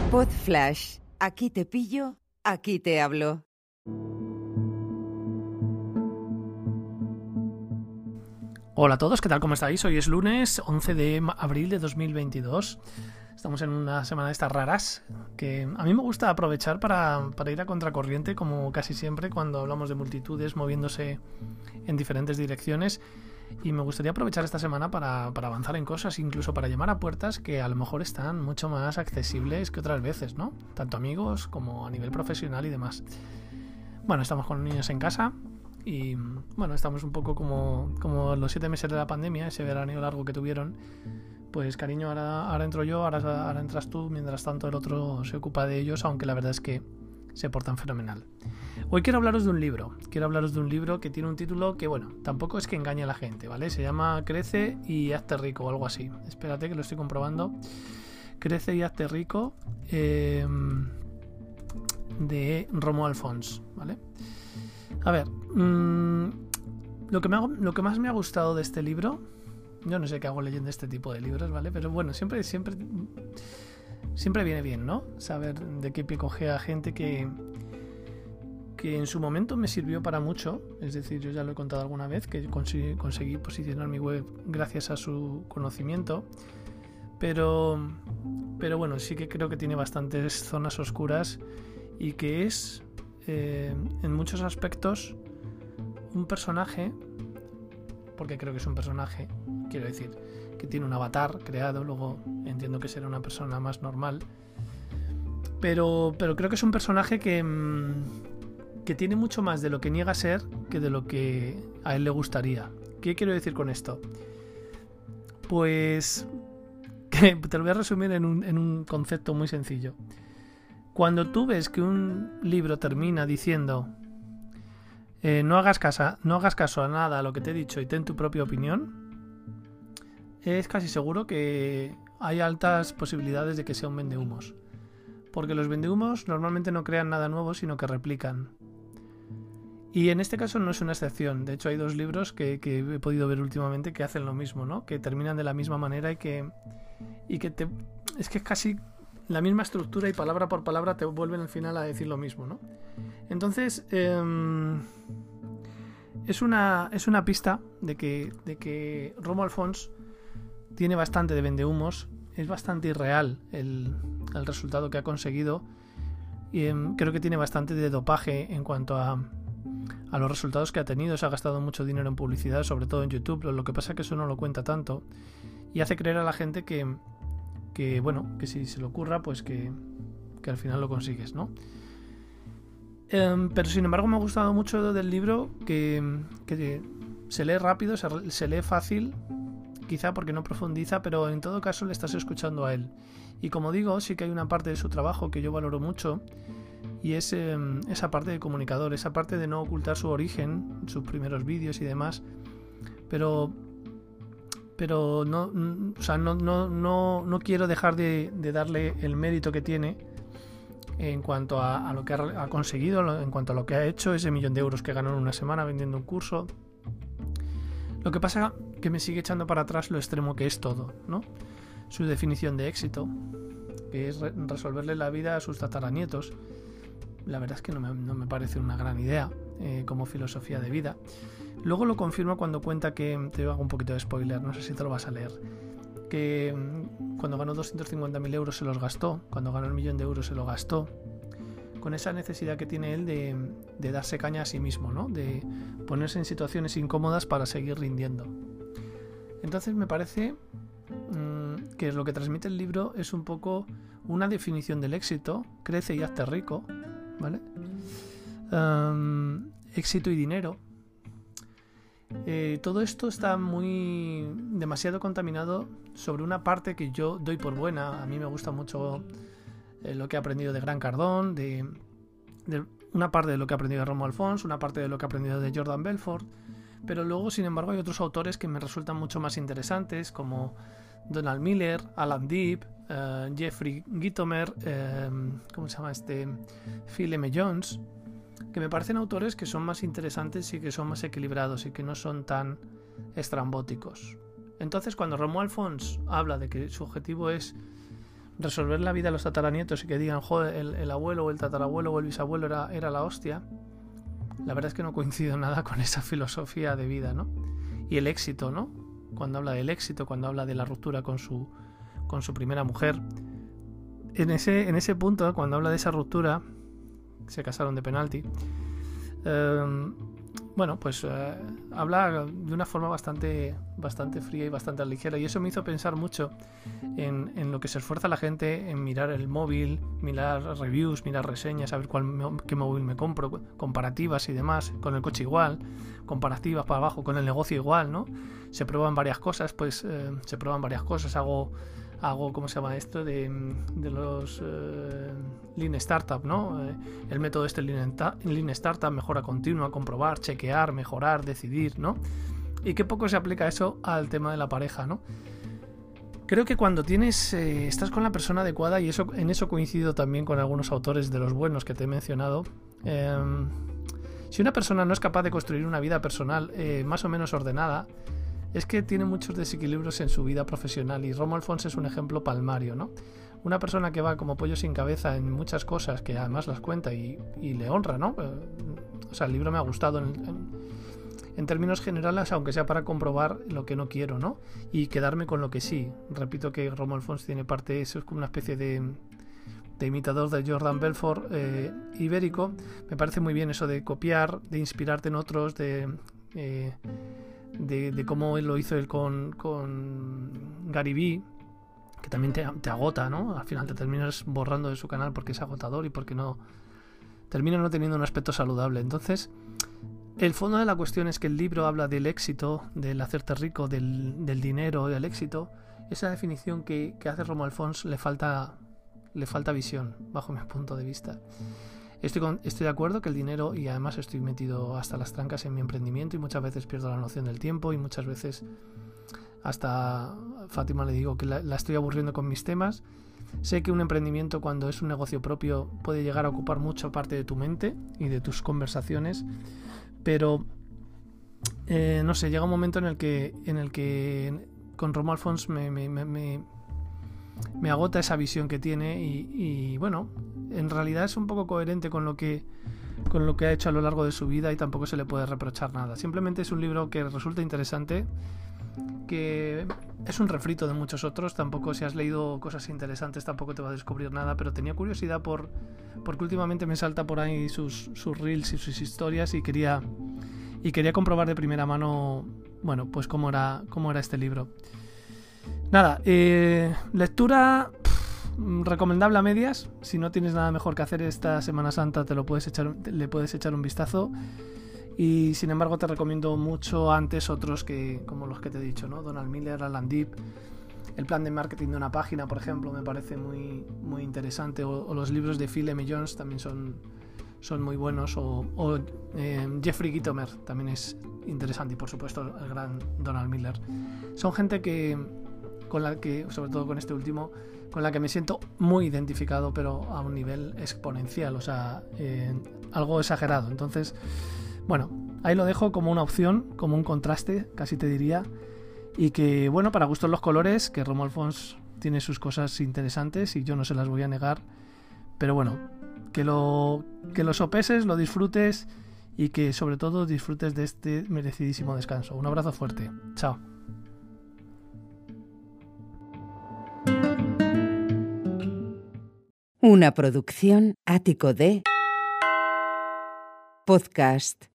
Pod Flash. Aquí te pillo, aquí te hablo. Hola a todos, ¿qué tal? ¿Cómo estáis? Hoy es lunes 11 de abril de 2022. Estamos en una semana de estas raras que a mí me gusta aprovechar para ir a contracorriente, como casi siempre cuando hablamos de multitudes moviéndose en diferentes direcciones. Y me gustaría aprovechar esta semana para avanzar en cosas, incluso para llamar a puertas que a lo mejor están mucho más accesibles que otras veces, ¿no? Tanto amigos como a nivel profesional y demás. Bueno, estamos con niños en casa y bueno, estamos un poco como los 7 meses de la pandemia, ese verano largo que tuvieron. Pues cariño, ahora entro yo, ahora entras tú, mientras tanto el otro se ocupa de ellos, aunque la verdad es que se portan fenomenal. Hoy quiero hablaros de un libro que tiene un título que, bueno, tampoco es que engañe a la gente, ¿vale? Se llama Crece y hazte rico o algo así. Espérate que lo estoy comprobando. Crece y hazte rico, de Romuald Fons, ¿vale? A ver, lo que más me ha gustado de este libro, yo no sé qué hago leyendo este tipo de libros, ¿vale? Pero bueno, siempre viene bien, ¿no? Saber de qué pie cojea gente que en su momento me sirvió para mucho. Es decir, yo ya lo he contado alguna vez, que conseguí posicionar mi web gracias a su conocimiento. Pero bueno, sí que creo que tiene bastantes zonas oscuras y que es, en muchos aspectos, un personaje, porque creo que es un personaje, quiero decir, que tiene un avatar creado, luego entiendo que será una persona más normal, pero creo que es un personaje que tiene mucho más de lo que niega ser que de lo que a él le gustaría. ¿Qué quiero decir con esto? Pues que te lo voy a resumir en un concepto muy sencillo. Cuando tú ves que un libro termina diciendo no hagas caso a nada a lo que te he dicho y ten tu propia opinión, es casi seguro que hay altas posibilidades de que sea un vendehumos. Porque los vendehumos normalmente no crean nada nuevo, sino que replican. Y en este caso no es una excepción. De hecho, hay 2 libros que he podido ver últimamente que hacen lo mismo, ¿no? Que terminan de la misma manera y que es que es casi la misma estructura y palabra por palabra te vuelven al final a decir lo mismo, ¿no? Entonces, es una pista de que Romuald Fons tiene bastante de vendehumos. Es bastante irreal el resultado que ha conseguido. Y creo que tiene bastante de dopaje en cuanto a los resultados que ha tenido. Se ha gastado mucho dinero en publicidad, sobre todo en YouTube. Lo que pasa es que eso no lo cuenta tanto y hace creer a la gente que bueno, que si se le ocurra, pues que al final lo consigues, ¿no? Pero sin embargo me ha gustado mucho del libro que se lee rápido, se lee fácil, quizá porque no profundiza, pero en todo caso le estás escuchando a él. Y como digo, sí que hay una parte de su trabajo que yo valoro mucho, y es esa parte de comunicador, esa parte de no ocultar su origen, sus primeros vídeos y demás, pero no, o sea, no quiero dejar de darle el mérito que tiene en cuanto a lo que ha conseguido, en cuanto a lo que ha hecho, ese 1.000.000 de euros que ganó en una semana vendiendo un curso. Lo que pasa que me sigue echando para atrás lo extremo que es todo, ¿no? Su definición de éxito, que es resolverle la vida a sus tataranietos. La verdad es que no me parece una gran idea como filosofía de vida. Luego lo confirma cuando cuenta que, te hago un poquito de spoiler, no sé si te lo vas a leer, que cuando ganó 250.000 euros se los gastó, cuando ganó 1.000.000 de euros se lo gastó, con esa necesidad que tiene él de darse caña a sí mismo, ¿no? De ponerse en situaciones incómodas para seguir rindiendo. Entonces me parece que lo que transmite el libro es un poco una definición del éxito. Crece y hazte rico, ¿vale? Éxito y dinero. Todo esto está demasiado contaminado sobre una parte que yo doy por buena. A mí me gusta mucho lo que he aprendido de Grant Cardone, de una parte de lo que he aprendido de Romuald Fons, una parte de lo que he aprendido de Jordan Belfort, pero luego, sin embargo, hay otros autores que me resultan mucho más interesantes, como Donald Miller, Alan Deeb, Jeffrey Gitomer, ¿cómo se llama este? Phil M. Jones, que me parecen autores que son más interesantes y que son más equilibrados y que no son tan estrambóticos. Entonces, cuando Romuald Fons habla de que su objetivo es resolver la vida de los tataranietos y que digan, joder, el abuelo o el tatarabuelo o el bisabuelo era la hostia, la verdad es que no coincido nada con esa filosofía de vida, ¿no? Y el éxito, ¿no? Cuando habla del éxito, cuando habla de la ruptura con su primera mujer, en ese punto, cuando habla de esa ruptura, se casaron de penalti, habla de una forma bastante fría y bastante ligera, y eso me hizo pensar mucho en lo que se esfuerza la gente en mirar el móvil, mirar reviews, mirar reseñas, saber qué móvil me compro, comparativas y demás, con el coche igual, comparativas para abajo, con el negocio igual, ¿no? Se prueban varias cosas, hago ¿cómo se llama esto? De los Lean Startup, ¿no? El método Lean Startup, mejora continua, comprobar, chequear, mejorar, decidir, ¿no? Y qué poco se aplica eso al tema de la pareja, ¿no? Creo que cuando estás con la persona adecuada, y en eso coincido también con algunos autores de los buenos que te he mencionado, si una persona no es capaz de construir una vida personal más o menos ordenada, es que tiene muchos desequilibrios en su vida profesional, y Romo Alfons es un ejemplo palmario, ¿no? Una persona que va como pollo sin cabeza en muchas cosas, que además las cuenta y le honra, ¿no? O sea, el libro me ha gustado en términos generales, aunque sea para comprobar lo que no quiero, ¿no? Y quedarme con lo que sí. Repito que Romo Alfons tiene parte, eso es como una especie de imitador de Jordan Belfort ibérico. Me parece muy bien eso de copiar, de inspirarte en otros, de cómo él lo hizo él con Gary Vee, que también te agota, ¿no? Al final te terminas borrando de su canal porque es agotador y porque termina no teniendo un aspecto saludable. Entonces, el fondo de la cuestión es que el libro habla del éxito, del hacerte rico, del dinero, del éxito. Esa definición que hace Romo Alfons le falta visión, bajo mi punto de vista. Estoy de acuerdo que el dinero, y además estoy metido hasta las trancas en mi emprendimiento y muchas veces pierdo la noción del tiempo, y muchas veces hasta a Fátima le digo que la estoy aburriendo con mis temas. Sé que un emprendimiento, cuando es un negocio propio, puede llegar a ocupar mucha parte de tu mente y de tus conversaciones, pero no sé, llega un momento en el que con Romo Alfons me agota esa visión que tiene, y bueno, en realidad es un poco coherente con lo que ha hecho a lo largo de su vida, y tampoco se le puede reprochar nada. Simplemente es un libro que resulta interesante, que es un refrito de muchos otros. Tampoco, si has leído cosas interesantes, tampoco te va a descubrir nada, pero tenía curiosidad porque últimamente me salta por ahí sus reels y sus historias, y quería comprobar de primera mano, bueno, pues cómo era este libro. Nada, lectura recomendable a medias. Si no tienes nada mejor que hacer esta Semana Santa, le puedes echar un vistazo. Y sin embargo te recomiendo mucho antes otros como los que te he dicho, ¿no? Donald Miller, Alan Deep, El plan de marketing de una página, por ejemplo, me parece muy, muy interesante, o los libros de Phil M. Jones también son muy buenos, o Jeffrey Gitomer también es interesante, y por supuesto el gran Donald Miller. Son gente con la que, sobre todo con este último, con la que me siento muy identificado, pero a un nivel exponencial, o sea, algo exagerado. Entonces, bueno, ahí lo dejo como una opción, como un contraste, casi te diría, y que, bueno, para gustos los colores, que Romo Alfons tiene sus cosas interesantes y yo no se las voy a negar, pero bueno, que lo sopeses, lo disfrutes, y que sobre todo disfrutes de este merecidísimo descanso. Un abrazo fuerte. Chao. Una producción Ático de Podcast.